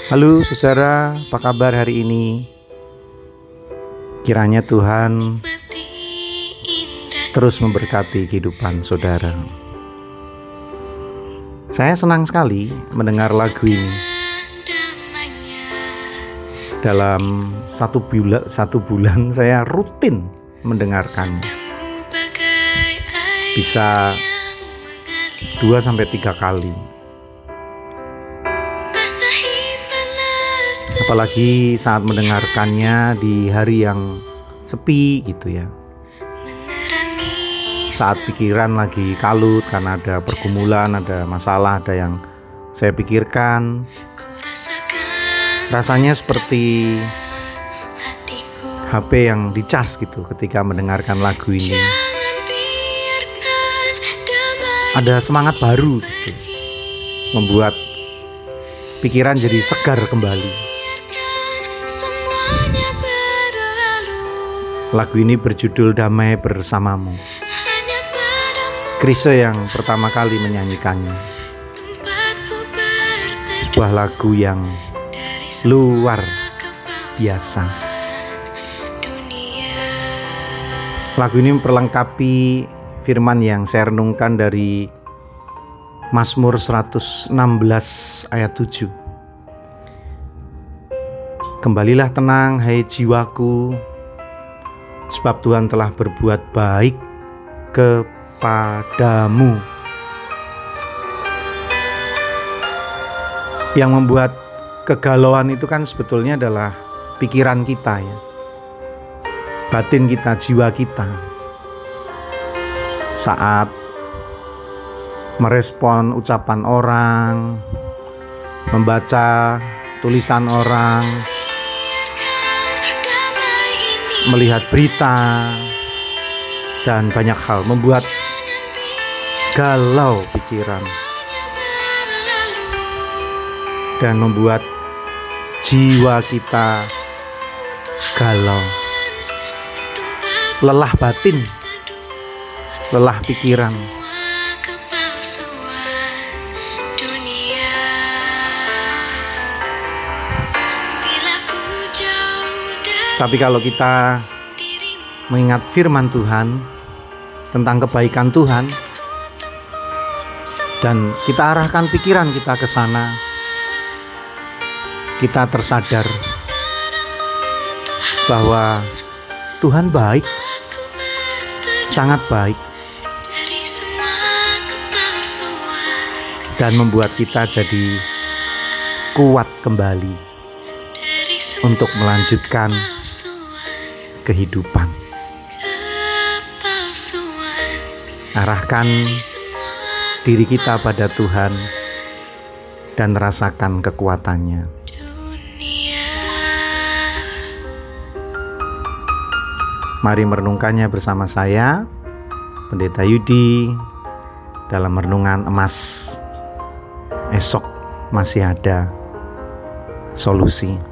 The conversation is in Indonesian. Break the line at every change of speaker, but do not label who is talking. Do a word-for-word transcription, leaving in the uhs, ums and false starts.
Halo saudara, apa kabar hari ini? Kiranya Tuhan terus memberkati kehidupan saudara. Saya senang sekali mendengar lagu ini. Dalam satu bulan, satu bulan saya rutin mendengarkannya. Bisa dua sampai tiga kali. Apalagi saat mendengarkannya di hari yang sepi gitu ya. Saat pikiran lagi kalut karena ada pergumulan, ada masalah, ada yang saya pikirkan. Rasanya seperti H P yang dicas gitu ketika mendengarkan lagu ini. Ada semangat baru gitu. Membuat pikiran jadi segar kembali. Lagu ini berjudul Damai Bersamamu. Chrisye yang pertama kali menyanyikannya. Sebuah lagu yang luar biasa. Lagu ini memperlengkapi firman yang saya renungkan dari Mazmur seratus enam belas ayat tujuh. Kembalilah tenang hai jiwaku, sebab Tuhan telah berbuat baik kepadamu. Yang membuat kegalauan itu kan sebetulnya adalah pikiran kita ya, batin kita, jiwa kita. Saat merespon ucapan orang, membaca tulisan orang, melihat berita, dan banyak hal membuat galau pikiran dan membuat jiwa kita galau, lelah batin, lelah pikiran. Tapi kalau kita mengingat firman Tuhan tentang kebaikan Tuhan dan kita arahkan pikiran kita ke sana, kita tersadar bahwa Tuhan baik, sangat baik, dan membuat kita jadi kuat kembali untuk melanjutkan kehidupan. Arahkan diri kita pada Tuhan dan rasakan kekuatannya. Mari merenungkannya bersama saya, Pendeta Yudi, dalam renungan emas. Esok masih ada solusi.